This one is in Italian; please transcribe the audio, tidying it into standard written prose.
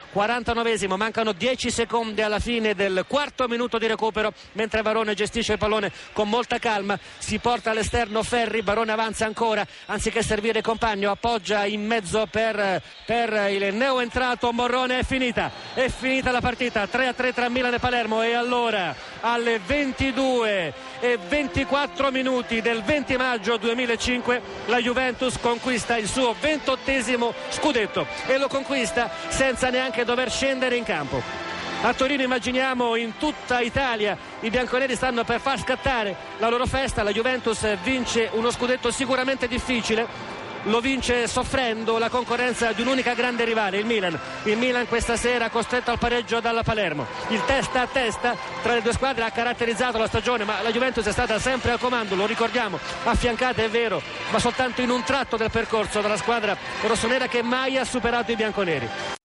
49esimo, mancano 10 secondi alla fine del quarto minuto di recupero, mentre Varone gestisce il pallone con molta calma, si porta all'esterno Ferri, Varone avanza ancora, anziché servire il compagno appoggia in mezzo per il neoentrato Morrone. È finita la partita, 3-3 tra Milan e Palermo. E allora alle 22:24 minuti del 20 maggio 2005 la Juventus conquista il suo 28esimo scudetto e lo conquista senza neanche dover scendere in campo. A Torino, immaginiamo, in tutta Italia i bianconeri stanno per far scattare la loro festa. La Juventus vince uno scudetto sicuramente difficile, lo vince soffrendo la concorrenza di un'unica grande rivale, il Milan. Il Milan questa sera costretto al pareggio dalla Palermo. Il testa a testa tra le due squadre ha caratterizzato la stagione, ma la Juventus è stata sempre al comando, lo ricordiamo, affiancata, è vero, ma soltanto in un tratto del percorso dalla squadra rossonera che mai ha superato i bianconeri.